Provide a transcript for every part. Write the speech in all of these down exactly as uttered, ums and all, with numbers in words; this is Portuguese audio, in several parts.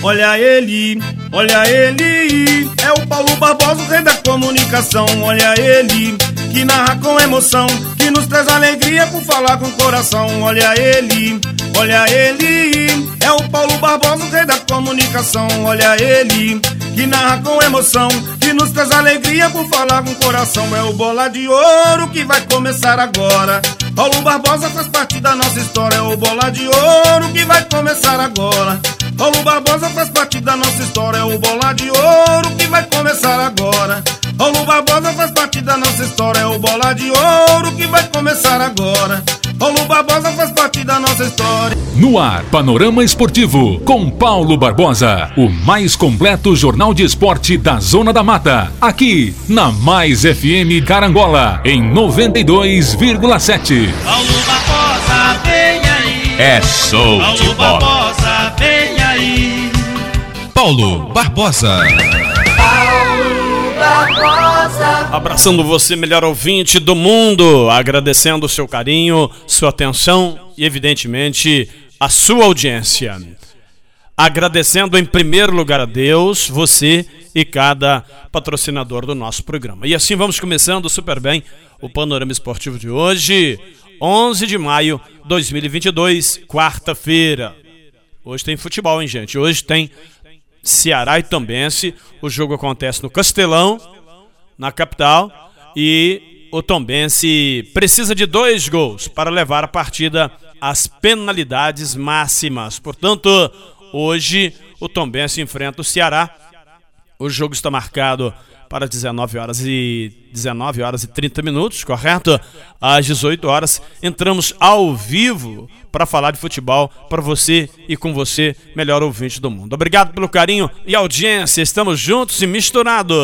olha ele, olha ele. É o Paulo Barbosa, o rei da comunicação. Olha ele, que narra com emoção, que nos traz alegria por falar com o coração. Olha ele, olha ele. É o Paulo Barbosa, o rei da comunicação. Olha ele, que narra com emoção, que nos traz alegria por falar com o coração. É o Bola de Ouro que vai começar agora. Paulo Barbosa faz parte da nossa história. É o Bola de Ouro que vai começar agora. Paulo Barbosa faz parte da nossa história. É o Bola de Ouro que vai começar agora. Paulo Barbosa faz parte da nossa história. É o Bola de Ouro que vai começar agora. Paulo Barbosa faz parte da nossa história. No ar, Panorama Esportivo, com Paulo Barbosa, o mais completo jornal de esporte da Zona da Mata, aqui na Mais F M Carangola, em noventa e dois vírgula sete. Paulo Barbosa, vem aí. É show Paulo de bola. Barbosa, vem aí. Paulo Barbosa. Paulo Barbosa. Abraçando você, melhor ouvinte do mundo, agradecendo o seu carinho, sua atenção e, evidentemente, a sua audiência. Agradecendo em primeiro lugar a Deus, você e cada patrocinador do nosso programa. E assim vamos começando super bem o Panorama Esportivo de hoje, onze de maio de dois mil e vinte e dois, quarta-feira. Hoje tem futebol, hein, gente? Hoje tem Ceará e Tombense. O jogo acontece no Castelão, na capital, e o Tombense precisa de dois gols para levar a partida às penalidades máximas. Portanto, hoje o Tombense enfrenta o Ceará. O jogo está marcado para dezenove horas e dezenove horas e trinta minutos, correto? Às dezoito horas entramos ao vivo para falar de futebol para você e com você, melhor ouvinte do mundo. Obrigado pelo carinho e audiência. Estamos juntos e misturados.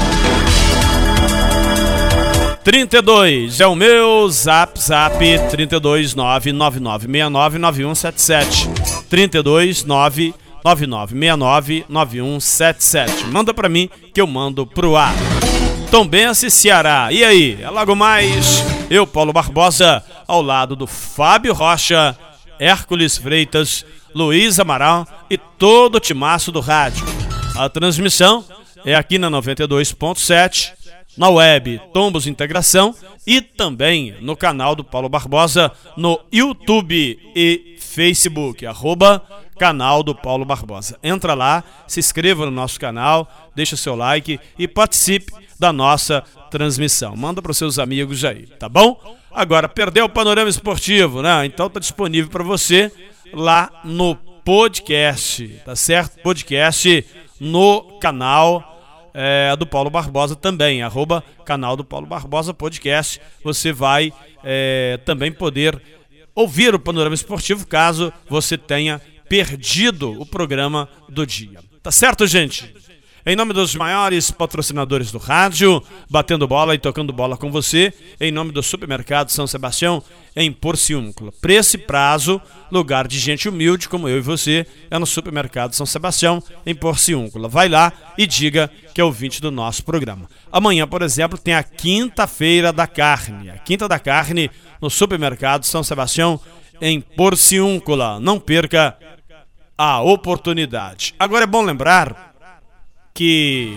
trinta e dois é o meu zap zap, trinta e dois nove nove nove seis nove nove um sete sete, trinta e dois nove nove nove seis nove nove um sete sete. Manda pra mim que eu mando pro ar. Tombense e Ceará. E aí? É logo mais eu, Paulo Barbosa, ao lado do Fábio Rocha, Hércules Freitas, Luiz Amaral e todo o timaço do rádio. A transmissão é aqui na noventa e dois ponto sete, na web Tombos Integração e também no canal do Paulo Barbosa no YouTube e Facebook, arroba canal do Paulo Barbosa. Entra lá, se inscreva no nosso canal, deixa seu like e participe da nossa transmissão. Manda para os seus amigos aí, tá bom? Agora, perdeu o Panorama Esportivo, né? Então tá disponível para você lá no podcast, tá certo? Podcast no canal É, do Paulo Barbosa também, arroba canal do Paulo Barbosa Podcast. Você vai é, também poder ouvir o Panorama Esportivo caso você tenha perdido o programa do dia. Tá certo, gente? Em nome dos maiores patrocinadores do rádio, batendo bola e tocando bola com você, em nome do Supermercado São Sebastião, em Porciúncula. Preço e prazo, lugar de gente humilde como eu e você, é no Supermercado São Sebastião, em Porciúncula. Vai lá e diga que é ouvinte do nosso programa. Amanhã, por exemplo, tem a Quinta-feira da Carne. A Quinta da Carne no Supermercado São Sebastião, em Porciúncula. Não perca a oportunidade. Agora é bom lembrar que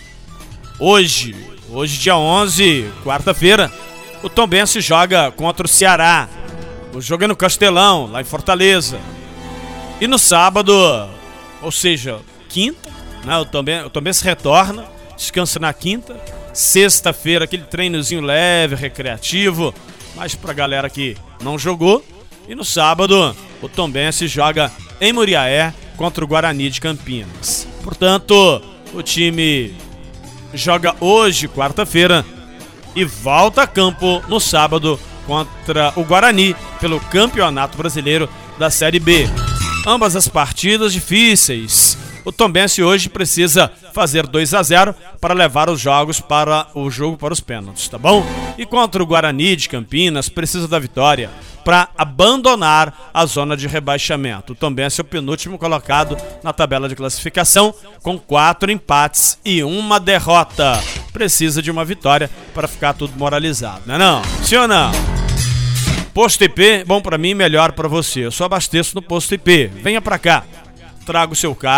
hoje, hoje dia onze, quarta-feira, o Tombense joga contra o Ceará. O jogo é no Castelão, lá em Fortaleza. E no sábado, ou seja, quinta, né, o Tombense, o Tombense retorna, descansa na quinta. Sexta-feira, aquele treinozinho leve, recreativo, mas pra galera que não jogou. E no sábado, o Tombense joga em Muriaé contra o Guarani de Campinas. Portanto, o time joga hoje, quarta-feira, e volta a campo no sábado contra o Guarani pelo Campeonato Brasileiro da Série B. Ambas as partidas difíceis. O Tombense hoje precisa fazer dois a zero para levar os jogos para o jogo para os pênaltis, tá bom? E contra o Guarani de Campinas precisa da vitória para abandonar a zona de rebaixamento. O Tombense é o penúltimo colocado na tabela de classificação com quatro empates e uma derrota. Precisa de uma vitória para ficar tudo moralizado, não é não? Sim ou não? Posto I P, bom para mim, melhor para você. Eu só abasteço no Posto I P. Venha para cá. Traga o seu carro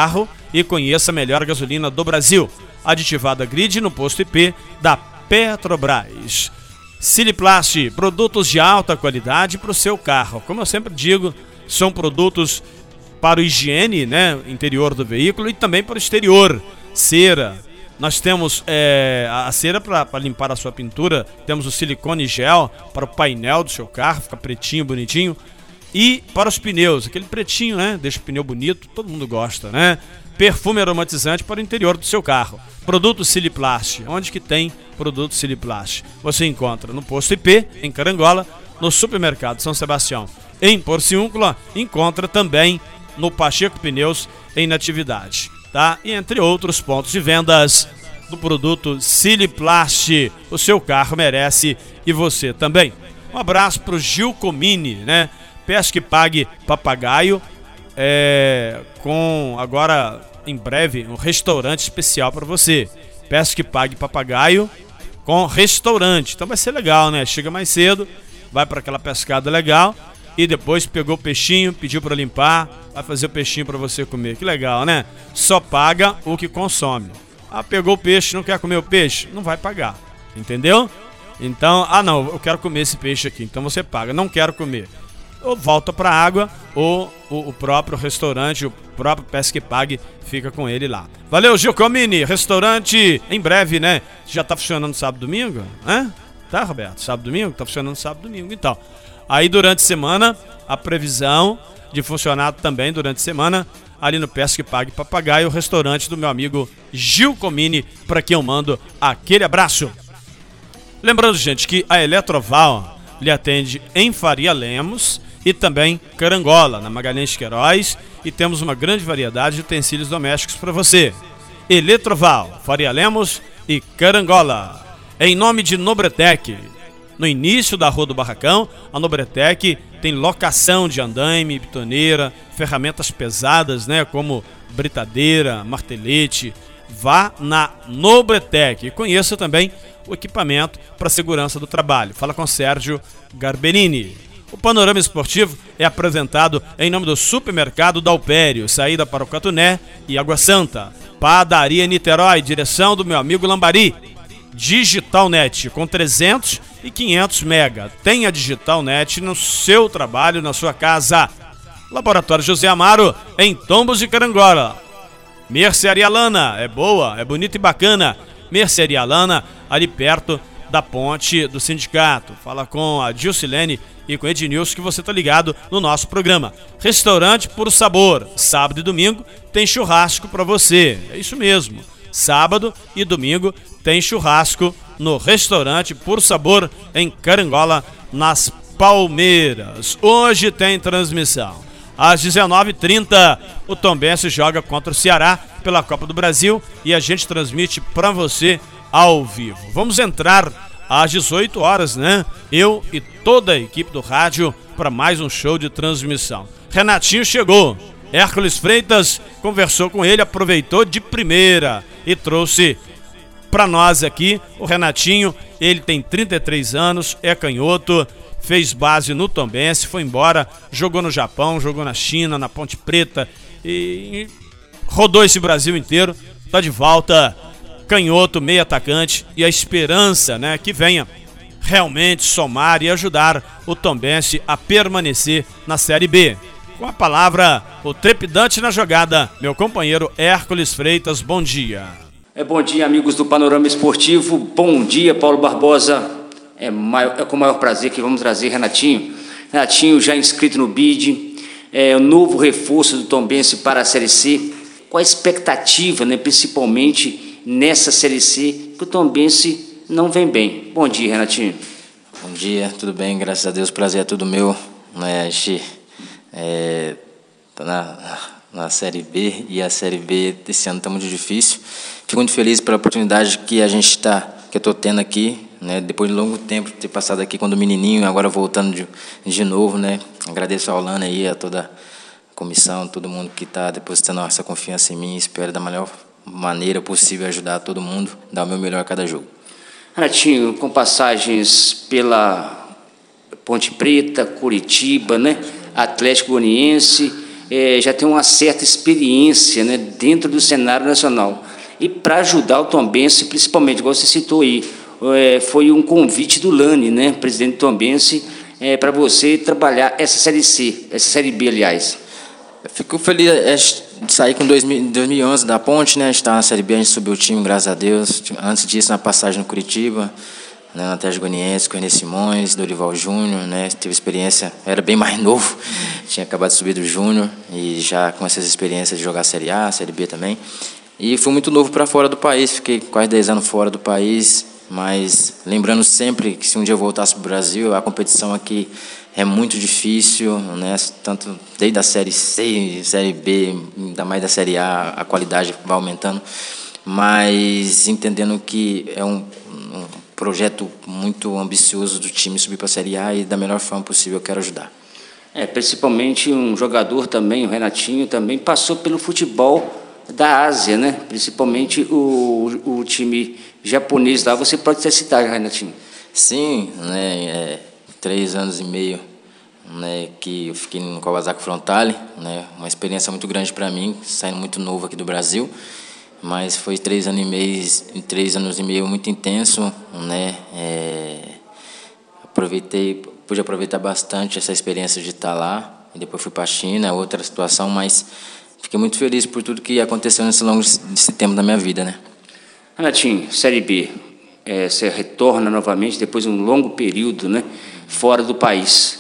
e conheça a melhor gasolina do Brasil. Aditivada Grid no posto I P da Petrobras. Siliplast, produtos de alta qualidade para o seu carro. Como eu sempre digo, são produtos para o higiene, né, interior do veículo e também para o exterior. Cera. Nós temos é, a cera para limpar a sua pintura, temos o silicone gel para o painel do seu carro, fica pretinho, bonitinho. E para os pneus, aquele pretinho, né? Deixa o pneu bonito, todo mundo gosta, né? Perfume aromatizante para o interior do seu carro. Produto Siliplast. Onde que tem produto Siliplast? Você encontra no posto I P, em Carangola, no supermercado São Sebastião, em Porciúncula, encontra também no Pacheco Pneus, em Natividade, tá? E entre outros pontos de vendas do produto Siliplast. O seu carro merece e você também. Um abraço para o Gil Comini, né? Pesque Pague Papagaio, é, com agora em breve um restaurante especial para você. Pesque Pague Papagaio com restaurante. Então vai ser legal, né? Chega mais cedo, vai para aquela pescada legal e depois pegou o peixinho, pediu para limpar, vai fazer o peixinho para você comer. Que legal, né? Só paga o que consome. Ah, pegou o peixe, não quer comer o peixe? Não vai pagar, entendeu? Então, ah não, eu quero comer esse peixe aqui, então você paga. Não quero comer. Ou volta para a água, ou o, o próprio restaurante, o próprio Pesque Pague fica com ele lá. Valeu, Gil Comini, restaurante em breve, né? Já tá funcionando sábado e domingo? Hã? Tá, Roberto? Sábado e domingo? Tá funcionando sábado e domingo, então. Aí durante a semana, a previsão de funcionar também durante a semana, ali no Pesque Pague Papagaio, o restaurante do meu amigo Gil Comini, para quem eu mando aquele abraço. Lembrando, gente, que a Eletroval lhe atende em Faria Lemos e também Carangola, na Magalhães Queiroz, e temos uma grande variedade de utensílios domésticos para você. Eletroval, Faria Lemos e Carangola. Em nome de Nobretec, no início da Rua do Barracão, a Nobretec tem locação de andaime, bitoneira, ferramentas pesadas, né, como britadeira, martelete. Vá na Nobretec e conheça também o equipamento para segurança do trabalho. Fala com Sérgio Garberini. O Panorama Esportivo é apresentado em nome do Supermercado Dalpério, saída para o Catuné e Água Santa. Padaria Niterói, direção do meu amigo Lambari. Digitalnet, com trezentos e quinhentos mega. Tenha Digitalnet no seu trabalho, na sua casa. Laboratório José Amaro, em Tombos de Carangola. Mercearia Lana, é boa, é bonita e bacana. Mercearia Lana, ali perto da ponte do sindicato. Fala com a Dilcilene e com o Ednilson que você tá ligado no nosso programa. Restaurante Puro Sabor, sábado e domingo tem churrasco para você. É isso mesmo, sábado e domingo tem churrasco no Restaurante Puro Sabor em Carangola, nas Palmeiras. Hoje tem transmissão. Às dezenove e trinta, o Tombense joga contra o Ceará pela Copa do Brasil e a gente transmite para você ao vivo. Vamos entrar às dezoito horas, né? Eu e toda a equipe do rádio para mais um show de transmissão. Renatinho chegou. Hércules Freitas conversou com ele, aproveitou de primeira e trouxe para nós aqui o Renatinho. Ele tem trinta e três anos, é canhoto, fez base no Tombense, foi embora, jogou no Japão, jogou na China, na Ponte Preta e rodou esse Brasil inteiro. Tá de volta, canhoto, meio atacante, e a esperança, né, que venha realmente somar e ajudar o Tombense a permanecer na Série B. Com a palavra, o trepidante na jogada, meu companheiro Hércules Freitas, bom dia. É, bom dia, amigos do Panorama Esportivo, bom dia, Paulo Barbosa. É, maior, é com o maior prazer que vamos trazer Renatinho. Renatinho já inscrito no B I D, é, o novo reforço do Tombense para a Série C. Qual a expectativa, né, principalmente nessa Série C, que o Tombense não vem bem? Bom dia, Renatinho. Bom dia, tudo bem? Graças a Deus, prazer é tudo meu. Né? A gente é, tá na, na Série B e a Série B desse ano está muito difícil. Fico muito feliz pela oportunidade que a gente está, que eu estou tendo aqui. Né, depois de longo tempo de ter passado aqui quando menininho, agora voltando de, de novo, né, agradeço a Olana aí, a toda a comissão, todo mundo que está depositando essa confiança em mim. Espero da melhor maneira possível ajudar todo mundo, dar o meu melhor a cada jogo. Renatinho, com passagens pela Ponte Preta, Curitiba, né, Atlético Goianiense, é, já tem uma certa experiência, né, dentro do cenário nacional. E para ajudar o Tombense, principalmente, igual você citou aí, é, foi um convite do Lani, né, presidente do Tombense, é, para você trabalhar essa Série C, essa Série B, aliás. Eu fico feliz é, de sair com dois mil e onze da Ponte, né? A gente estava na Série B, a gente subiu o time, graças a Deus. Antes disso, na passagem no Curitiba, né, na Atlético Goianiense, com o Enes Simões, Dorival Júnior, né? Tive experiência, era bem mais novo, tinha acabado de subir do Júnior e já com essas experiências de jogar Série A, Série B também. E fui muito novo para fora do país, fiquei quase dez anos fora do país, mas lembrando sempre que se um dia eu voltasse para o Brasil, a competição aqui é muito difícil, né? Tanto desde a Série C, Série B, ainda mais da Série A, a qualidade vai aumentando, mas entendendo que é um, um projeto muito ambicioso do time subir para a Série A e da melhor forma possível eu quero ajudar. É, principalmente um jogador também, o Renatinho, também passou pelo futebol da Ásia, né? Principalmente o, o time japonês lá. Você pode até citar, Renatinho? Sim, né? É, três anos e meio, né? Que eu fiquei no Kawasaki Frontale, né? Uma experiência muito grande para mim, saindo muito novo aqui do Brasil, mas foi três anos e meio, três anos e meio muito intenso, né? É, aproveitei, pude aproveitar bastante essa experiência de estar lá. E depois fui para a China, outra situação, mas fiquei muito feliz por tudo que aconteceu nesse longo desse tempo da minha vida, né? Renatinho, Série B, é, você retorna novamente depois de um longo período, né, fora do país.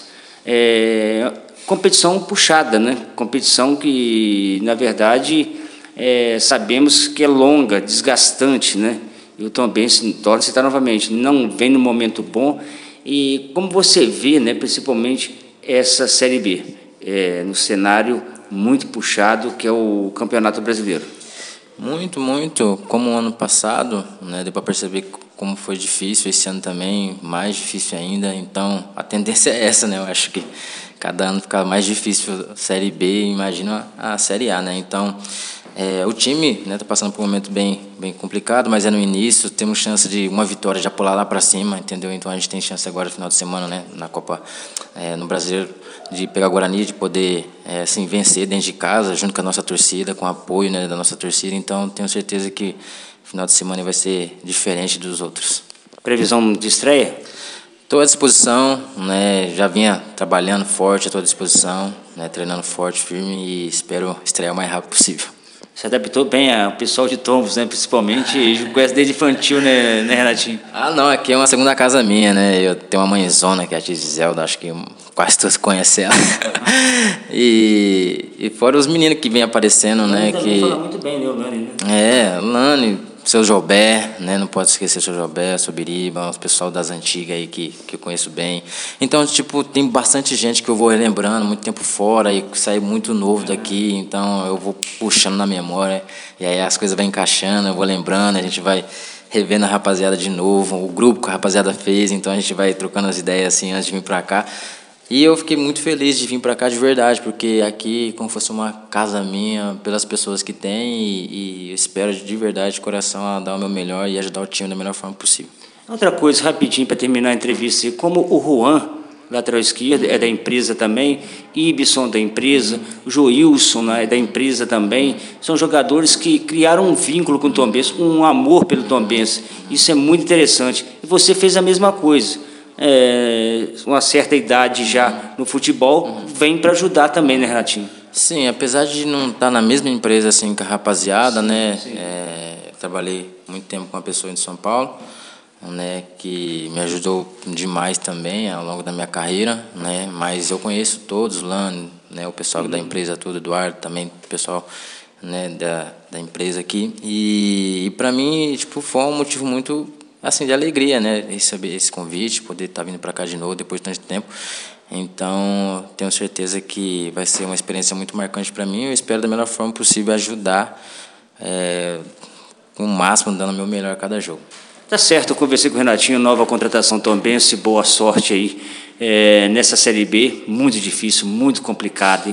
É, competição puxada, né? Competição que, na verdade, é, sabemos que é longa, desgastante, né? E o Tombense, torna a citar novamente, não vem no momento bom. E como você vê, né, principalmente essa Série B, é, no cenário muito puxado, que é o Campeonato Brasileiro? Muito, muito. Como o ano passado, né, deu para perceber como foi difícil, esse ano também mais difícil ainda. Então, a tendência é essa, né? Eu acho que cada ano fica mais difícil a Série B, imagina a Série A, né? Então, é, o time está, né, passando por um momento bem, bem complicado, mas é no início, temos chance de uma vitória já pular lá para cima, entendeu? Então, a gente tem chance agora no final de semana, né, na Copa, é, no Brasileiro, de pegar o Guarani, de poder é, assim, vencer dentro de casa, junto com a nossa torcida, com o apoio, né, da nossa torcida. Então, tenho certeza que o final de semana vai ser diferente dos outros. Previsão de estreia? Estou à disposição, né, já vinha trabalhando forte, estou à disposição, né, treinando forte, firme e espero estrear o mais rápido possível. Você adaptou bem ao pessoal de Tombos, né? Principalmente, conhece desde infantil, né, né, Renatinho? Ah, não, aqui é uma segunda casa minha, né? Eu tenho uma mãezona, que é a tia Giselda, acho que quase todos conhecem ela. e, e fora os meninos que vêm aparecendo, né? Que fala muito bem, né, o Lani, né? É, Lani, seu Jobé, né? Não pode esquecer o seu Jobé, seu Biriba, os pessoal das antigas aí que, que eu conheço bem. Então, tipo, tem bastante gente que eu vou relembrando, muito tempo fora, e sai muito novo daqui, então eu vou puxando na memória, e aí as coisas vão encaixando, eu vou lembrando, a gente vai revendo a rapaziada de novo, o grupo que a rapaziada fez, então a gente vai trocando as ideias assim antes de vir pra cá. E eu fiquei muito feliz de vir para cá de verdade, porque aqui como fosse uma casa minha, pelas pessoas que tem, e, e espero de verdade, de coração, a dar o meu melhor e ajudar o time da melhor forma possível. Outra coisa, rapidinho, para terminar a entrevista, como o Juan, lateral esquerdo, é da empresa também, Ibson da empresa, o Joilson, né, é da empresa também, são jogadores que criaram um vínculo com o Tombense, um amor pelo Tombense, isso é muito interessante. E você fez a mesma coisa. É, uma certa idade já no futebol, vem para ajudar também, né, Renatinho? Sim, apesar de não estar na mesma empresa assim com a rapaziada, né, é, trabalhei muito tempo com uma pessoa de São Paulo, né, que me ajudou demais também ao longo da minha carreira, né, mas eu conheço todos, Lano, né, o pessoal uhum. da empresa todo, Eduardo também, o pessoal, né, da, da empresa aqui, e, e para mim, tipo, foi um motivo muito assim, de alegria, né, receber esse convite, poder estar vindo para cá de novo depois de tanto tempo. Então, tenho certeza que vai ser uma experiência muito marcante para mim. Eu espero da melhor forma possível ajudar, é, com o máximo, dando o meu melhor a cada jogo. Tá certo, eu conversei com o Renatinho, nova contratação Tombense, boa sorte aí é, nessa Série B, muito difícil, muito complicado, hein?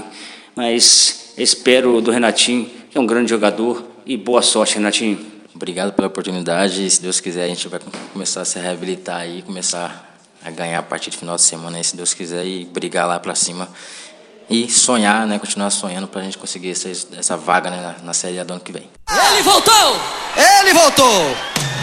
Mas espero do Renatinho, que é um grande jogador, e boa sorte, Renatinho. Obrigado pela oportunidade, e se Deus quiser a gente vai começar a se reabilitar aí, começar a ganhar a partir do final de semana, aí, se Deus quiser, e brigar lá para cima e sonhar, né, continuar sonhando para a gente conseguir essa, essa vaga, né, na, na Série A do ano que vem. Ele voltou! Ele voltou!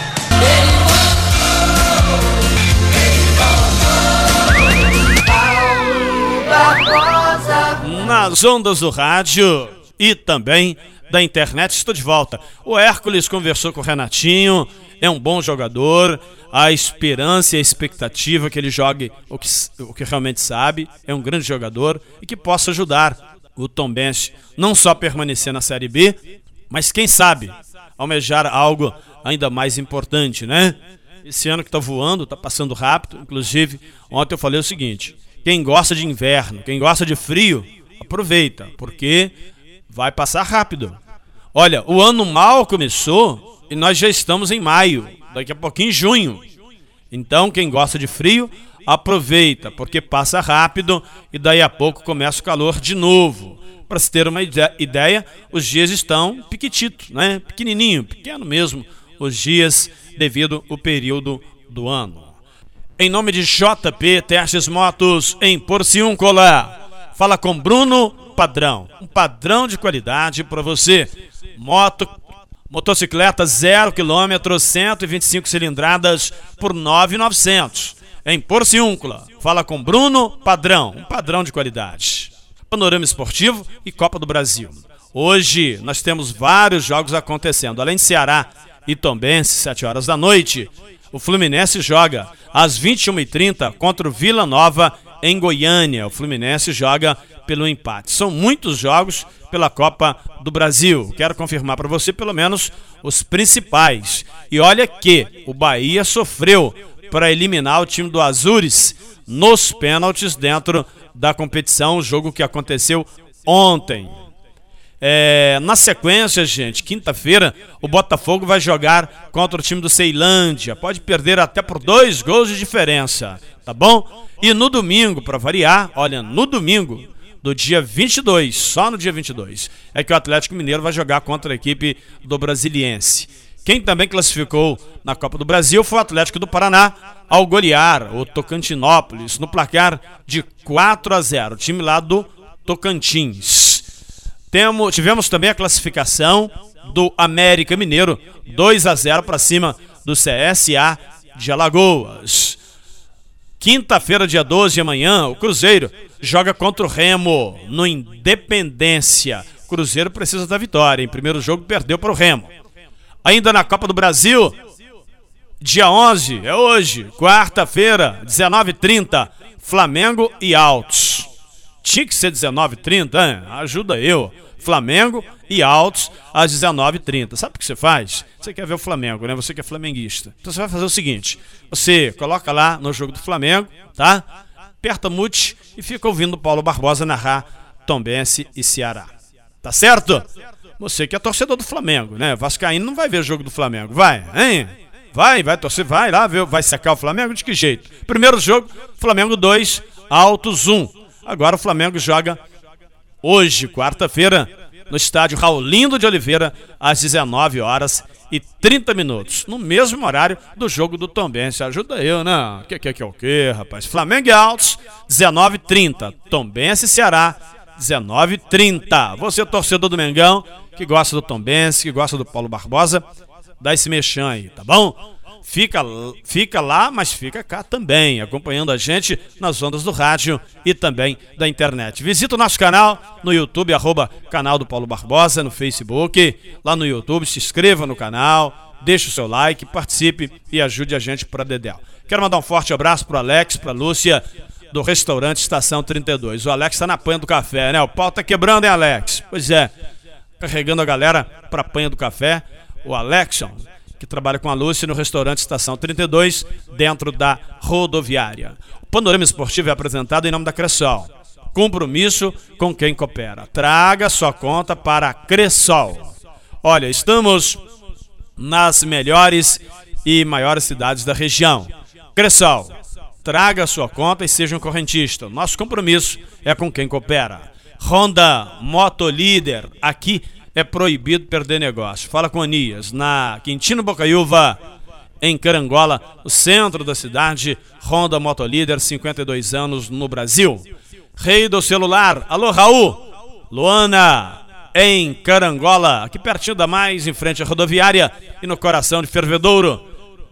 Nas ondas do rádio e também da internet, estou de volta. O Hércules conversou com o Renatinho, é um bom jogador, a esperança e a expectativa que ele jogue o que, o que realmente sabe, é um grande jogador e que possa ajudar o Tombense não só a permanecer na Série B, mas quem sabe almejar algo ainda mais importante, né? Esse ano que está voando, está passando rápido, inclusive ontem eu falei o seguinte: quem gosta de inverno, quem gosta de frio, aproveita, porque vai passar rápido. Olha, o ano mal começou e nós já estamos em maio, daqui a pouquinho em junho. Então, quem gosta de frio, aproveita, porque passa rápido e daí a pouco começa o calor de novo. Para se ter uma ideia, os dias estão piquititos, né? Pequenininho, pequeno mesmo, os dias devido ao período do ano. Em nome de J P Testes Motos em Porciúncula, fala com Bruno Padrão, um padrão de qualidade para você. Moto, motocicleta zero quilômetro, cento e vinte e cinco cilindradas por nove mil e novecentos. Em Porciúncula, fala com Bruno Padrão, um padrão de qualidade. Panorama Esportivo e Copa do Brasil. Hoje nós temos vários jogos acontecendo, além de Ceará e Tombense, sete horas da noite. O Fluminense joga às vinte e uma e trinta contra o Vila Nova em Goiânia. O Fluminense joga pelo empate. São muitos jogos pela Copa do Brasil. Quero confirmar para você pelo menos os principais. E olha que o Bahia sofreu para eliminar o time do Azures nos pênaltis dentro da competição, o jogo que aconteceu ontem. É, na sequência, gente, quinta-feira, o Botafogo vai jogar contra o time do Ceilândia. Pode perder até por dois gols de diferença, tá bom? E no domingo, para variar, olha, no domingo do dia vinte e dois, só no dia vinte e dois, é que o Atlético Mineiro vai jogar contra a equipe do Brasiliense. Quem também classificou na Copa do Brasil foi o Atlético do Paraná, ao golear o Tocantinópolis no placar de quatro a zero, o time lá do Tocantins. Temos, tivemos também a classificação do América Mineiro, dois a zero para cima do C S A de Alagoas. Quinta-feira, dia doze, amanhã, o Cruzeiro joga contra o Remo no Independência. O Cruzeiro precisa da vitória. Em primeiro jogo, perdeu para o Remo. Ainda na Copa do Brasil, dia onze, é hoje, quarta-feira, dezenove e trinta, Flamengo e Altos. Tinha que ser dezenove e trinta, hein? Ajuda eu. Flamengo e Altos às dezenove e trinta. Sabe o que você faz? Você quer ver o Flamengo, né? Você que é flamenguista. Então você vai fazer o seguinte: você coloca lá no jogo do Flamengo, tá? Aperta mute e fica ouvindo o Paulo Barbosa narrar Tombense e Ceará. Tá certo? Você que é torcedor do Flamengo, né? Vascaíno não vai ver o jogo do Flamengo, vai, hein? Vai, vai torcer, vai lá ver, vai secar o Flamengo de que jeito? Primeiro jogo, Flamengo dois, Altos um. Agora o Flamengo joga hoje, quarta-feira, no estádio Raulindo de Oliveira, às dezenove horas e trinta minutos, no mesmo horário do jogo do Tombense. Ajuda eu, né? Que que que é o quê, rapaz? Flamengo e Altos, dezenove e trinta. Tombense e Ceará, dezenove e trinta. Você, torcedor do Mengão, que gosta do Tombense, que gosta do Paulo Barbosa, dá esse mexão aí, tá bom? Fica, fica lá, mas fica cá também, acompanhando a gente nas ondas do rádio e também da internet. Visita o nosso canal no YouTube, arroba canal do Paulo Barbosa, no Facebook, lá no YouTube, se inscreva no canal, deixe o seu like, participe e ajude a gente para Dedéu. Quero mandar um forte abraço pro Alex, pra Lúcia, do restaurante Estação trinta e dois. O Alex tá na panha do café, né? O pau tá quebrando, hein, Alex? Pois é, carregando a galera pra panha do café, o Alexson, que trabalha com a Lúcia no restaurante Estação trinta e dois, dentro da rodoviária. O Panorama Esportivo é apresentado em nome da Cressol. Compromisso com quem coopera. Traga sua conta para a Cressol. Olha, estamos nas melhores e maiores cidades da região. Cressol, traga sua conta e seja um correntista. Nosso compromisso é com quem coopera. Honda Motolíder, aqui é proibido perder negócio. Fala com Anias, na Quintino Bocaiúva, em Carangola, no centro da cidade. Honda Motolíder, cinquenta e dois anos no Brasil. Rei do celular. Alô, Raul. Luana, em Carangola, aqui pertinho da Mais, em frente à rodoviária e no coração de Fervedouro.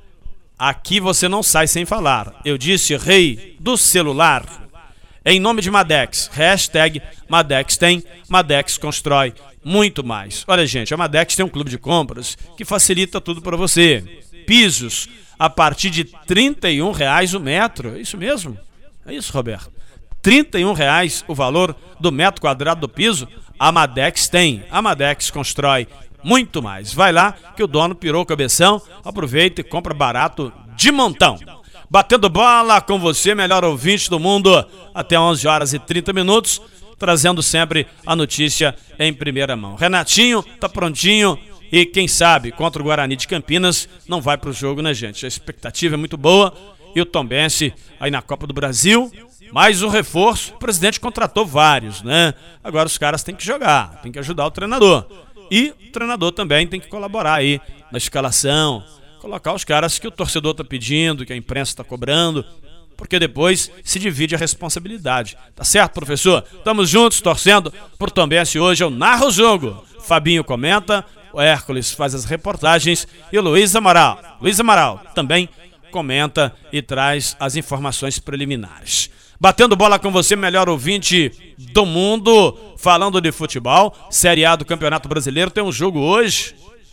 Aqui você não sai sem falar. Eu disse rei do celular. Em nome de Madex, hashtag Madex tem, Madex constrói muito mais. Olha, gente, a Madex tem um clube de compras que facilita tudo para você. Pisos a partir de trinta e um reais o metro. É isso mesmo? É isso, Roberto? trinta e um reais o valor do metro quadrado do piso. A Madex tem. A Madex constrói muito mais. Vai lá que o dono pirou o cabeção. Aproveita e compra barato de montão. Batendo bola com você, melhor ouvinte do mundo, até onze horas e trinta minutos, trazendo sempre a notícia em primeira mão. Renatinho tá prontinho e quem sabe contra o Guarani de Campinas não vai pro jogo, né, gente? A expectativa é muito boa e o Tombense aí na Copa do Brasil, mais um reforço. O presidente contratou vários, né? Agora os caras têm que jogar, tem que ajudar o treinador. E o treinador também tem que colaborar aí na escalação, colocar os caras que o torcedor está pedindo, que a imprensa está cobrando, porque depois se divide a responsabilidade. Tá certo, professor? Estamos juntos, torcendo por Tombense hoje. Eu narro o jogo. Fabinho comenta, o Hércules faz as reportagens e o Luiz Amaral, Luiz Amaral também comenta e traz as informações preliminares. Batendo bola com você, melhor ouvinte do mundo, falando de futebol, Série A do Campeonato Brasileiro, tem um jogo hoje.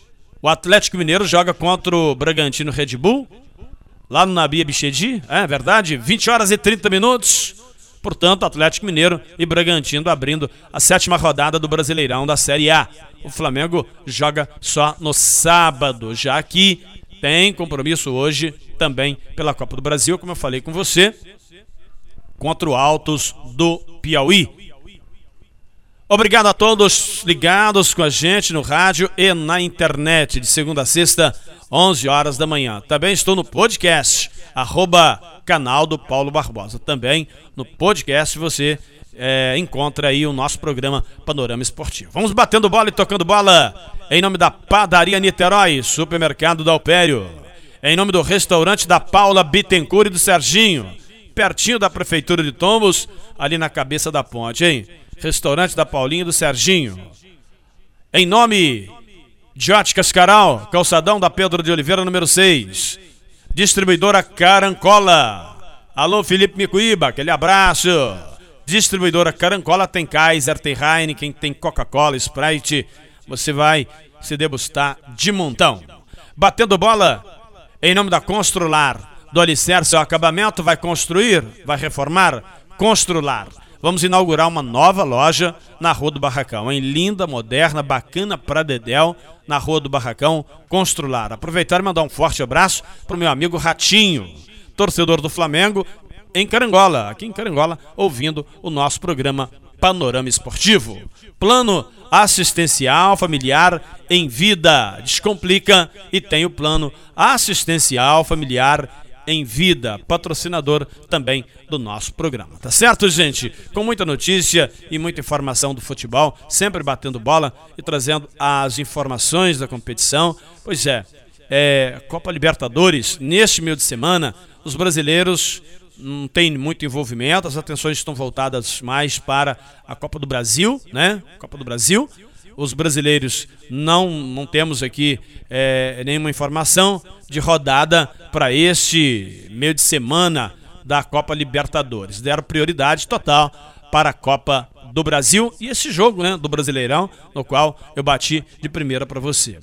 O Atlético Mineiro joga contra o Bragantino Red Bull, lá no Nabi Abichedi, é verdade, vinte horas e trinta minutos. Portanto, Atlético Mineiro e Bragantino abrindo a sétima rodada do Brasileirão da Série A. O Flamengo joga só no sábado, já que tem compromisso hoje também pela Copa do Brasil, como eu falei com você, contra o Altos do Piauí. Obrigado a todos ligados com a gente no rádio e na internet, de segunda a sexta, onze horas da manhã. Também estou no podcast, arroba canal do Paulo Barbosa. Também no podcast você é, encontra aí o nosso programa Panorama Esportivo. Vamos batendo bola e tocando bola em nome da Padaria Niterói, Supermercado da Alpério, em nome do restaurante da Paula Bittencourt e do Serginho, pertinho da Prefeitura de Tombos, ali na cabeça da ponte, hein? Restaurante da Paulinha e do Serginho. Em nome de Óticas Caral, calçadão da Pedro de Oliveira, número seis. Distribuidora Carancola. Alô, Felipe Micuíba, aquele abraço. Distribuidora Carancola tem Kaiser, tem Heineken, tem Coca-Cola, Sprite. Você vai se degustar de montão. Batendo bola em nome da Constrular. Do alicerce ao acabamento, vai construir, vai reformar, Constrular. Vamos inaugurar uma nova loja na Rua do Barracão, em linda, moderna, bacana pra dedéu, na Rua do Barracão, Constrular. Aproveitar e mandar um forte abraço pro meu amigo Ratinho, torcedor do Flamengo, em Carangola, aqui em Carangola, ouvindo o nosso programa Panorama Esportivo. Plano assistencial familiar em vida, descomplica e tem o plano assistencial familiar em vida, patrocinador também do nosso programa. Tá certo, gente? Com muita notícia e muita informação do futebol, sempre batendo bola e trazendo as informações da competição. Pois é, é Copa Libertadores, neste meio de semana, os brasileiros não têm muito envolvimento, as atenções estão voltadas mais para a Copa do Brasil, né? Copa do Brasil. Os brasileiros não, não temos aqui é, nenhuma informação de rodada para este meio de semana da Copa Libertadores. Deram prioridade total para a Copa do Brasil e esse jogo, né, do Brasileirão, no qual eu bati de primeira para você.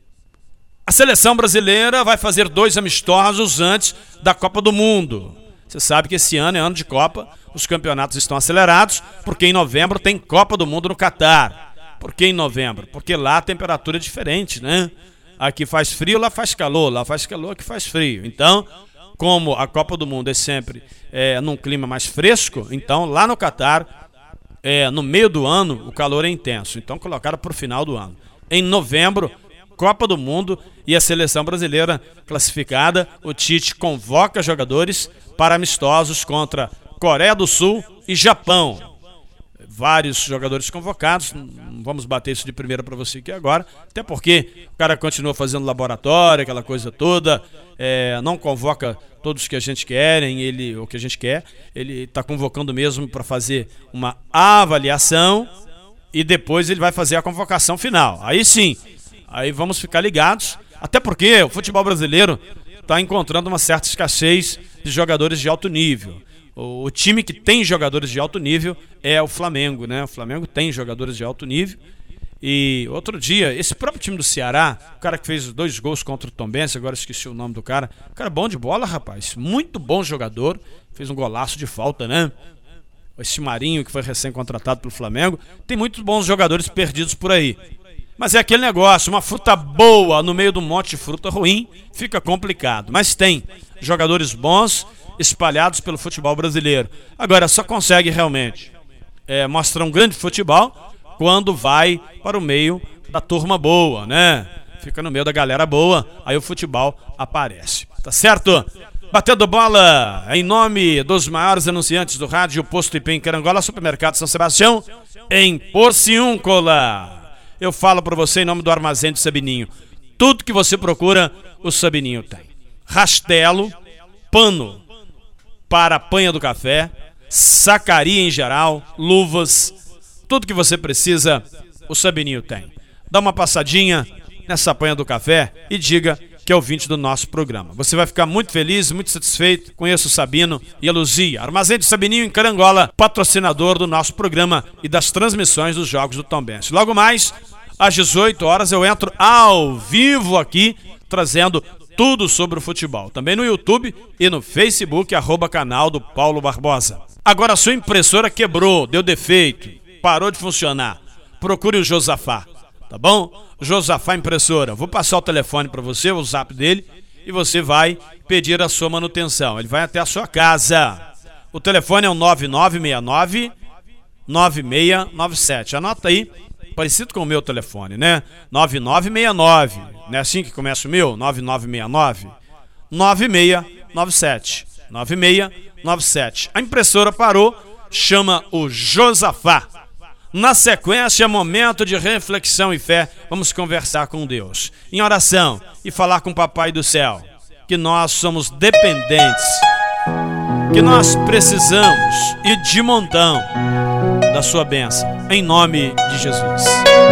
A seleção brasileira vai fazer dois amistosos antes da Copa do Mundo. Você sabe que esse ano é ano de Copa, os campeonatos estão acelerados, porque em novembro tem Copa do Mundo no Catar. Por que em novembro? Porque lá a temperatura é diferente, né? Aqui faz frio, lá faz calor, lá faz calor, aqui faz frio. Então, como a Copa do Mundo é sempre é, num clima mais fresco, então lá no Catar, é, no meio do ano, o calor é intenso. Então colocaram para o final do ano. Em novembro, Copa do Mundo e a seleção brasileira classificada, o Tite convoca jogadores para amistosos contra Coreia do Sul e Japão. Vários jogadores convocados, não vamos bater isso de primeira para você aqui agora, até porque o cara continua fazendo laboratório, aquela coisa toda, é, não convoca todos que a gente querem, ele, o que a gente quer, ele está convocando mesmo para fazer uma avaliação e depois ele vai fazer a convocação final. Aí sim, aí vamos ficar ligados, até porque o futebol brasileiro está encontrando uma certa escassez de jogadores de alto nível. O, o time que tem jogadores de alto nível é o Flamengo, né? O Flamengo tem jogadores de alto nível. E outro dia, esse próprio time do Ceará, o cara que fez dois gols contra o Tombense, agora esqueci o nome do cara. O cara bom de bola, rapaz. Muito bom jogador. Fez um golaço de falta, né? Esse Marinho, que foi recém-contratado pelo Flamengo. Tem muitos bons jogadores perdidos por aí. Mas é aquele negócio, uma fruta boa no meio de um monte de fruta ruim, fica complicado. Mas tem jogadores bons espalhados pelo futebol brasileiro. Agora, só consegue realmente é, mostrar um grande futebol quando vai para o meio da turma boa, né? Fica no meio da galera boa, aí o futebol aparece. Tá certo? Batendo bola em nome dos maiores anunciantes do rádio, Posto Ipê em Carangola, Supermercado São Sebastião, em Porciúncula. Eu falo para você em nome do Armazém do Sabininho. Tudo que você procura, o Sabininho tem. Rastelo, pano para a panha do café, sacaria em geral, luvas, tudo que você precisa, o Sabininho tem. Dá uma passadinha nessa panha do café e diga que é ouvinte do nosso programa. Você vai ficar muito feliz, muito satisfeito. Conheço o Sabino e a Luzia. Armazém do Sabininho em Carangola, patrocinador do nosso programa e das transmissões dos Jogos do Tombense. Logo mais, às dezoito horas, eu entro ao vivo aqui, trazendo tudo sobre o futebol. Também no YouTube e no Facebook, arroba canal do Paulo Barbosa. Agora a sua impressora quebrou, deu defeito, parou de funcionar. Procure o Josafá, tá bom? Josafá Impressora. Vou passar o telefone para você, o zap dele, e você vai pedir a sua manutenção. Ele vai até a sua casa. O telefone é o nove nove seis nove, nove seis nove sete. Anota aí, parecido com o meu telefone, né? nove nove seis nove. Não é assim que começa o meu? nove nove seis nove, nove seis nove sete. nove seis nove sete. A impressora parou, chama o Josafá. Na sequência, momento de reflexão e fé, vamos conversar com Deus, em oração, e falar com o Papai do Céu, que nós somos dependentes, que nós precisamos, e de montão, da sua bênção, em nome de Jesus.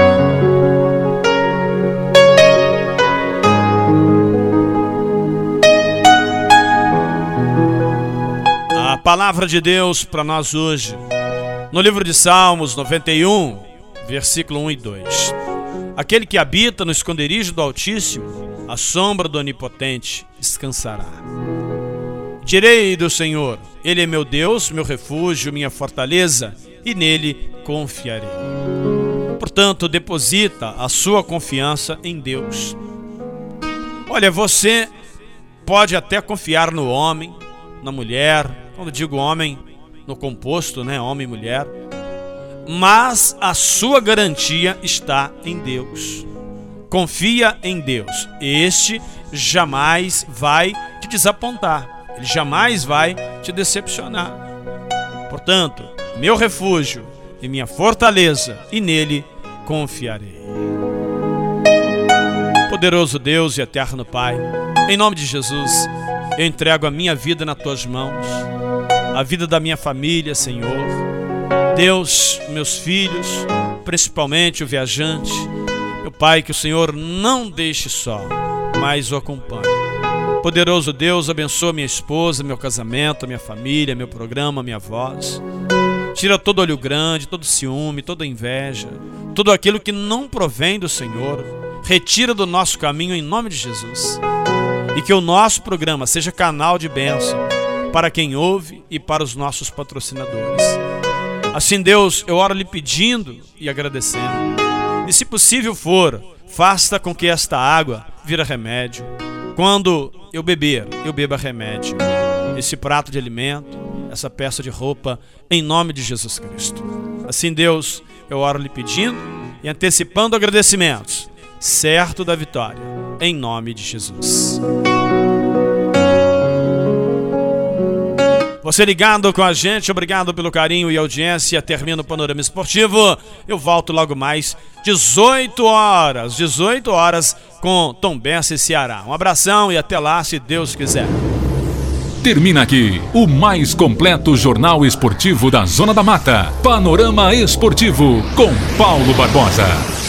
A palavra de Deus para nós hoje, no livro de Salmos noventa e um, versículo um e dois. Aquele que habita no esconderijo do Altíssimo, à sombra do Onipotente, descansará. Direi do Senhor, Ele é meu Deus, meu refúgio, minha fortaleza, e nele confiarei. Portanto, deposita a sua confiança em Deus. Olha, você pode até confiar no homem, na mulher, quando digo homem, no composto, né, homem e mulher, mas a sua garantia está em Deus. Confia em Deus. Este jamais vai te desapontar. Ele jamais vai te decepcionar. Portanto, meu refúgio e minha fortaleza, e nele confiarei. Poderoso Deus e eterno Pai, em nome de Jesus, eu entrego a minha vida nas tuas mãos, a vida da minha família, Senhor. Deus, meus filhos, principalmente o viajante. Meu Pai, que o Senhor não deixe só, mas o acompanhe. Poderoso Deus, abençoa minha esposa, meu casamento, minha família, meu programa, minha voz. Tira todo olho grande, todo ciúme, toda inveja, tudo aquilo que não provém do Senhor. Retira do nosso caminho em nome de Jesus. E que o nosso programa seja canal de bênção para quem ouve e para os nossos patrocinadores. Assim, Deus, eu oro lhe pedindo e agradecendo. E se possível for, faça com que esta água vira remédio. Quando eu beber, eu beba remédio. Esse prato de alimento, essa peça de roupa, em nome de Jesus Cristo. Assim, Deus, eu oro lhe pedindo e antecipando agradecimentos, certo da vitória, em nome de Jesus. Você ligado com a gente, obrigado pelo carinho e audiência. Termina o Panorama Esportivo. Eu volto logo mais, dezoito horas, dezoito horas com Tombense e Ceará. Um abração e até lá, se Deus quiser. Termina aqui o mais completo jornal esportivo da Zona da Mata. Panorama Esportivo com Paulo Barbosa.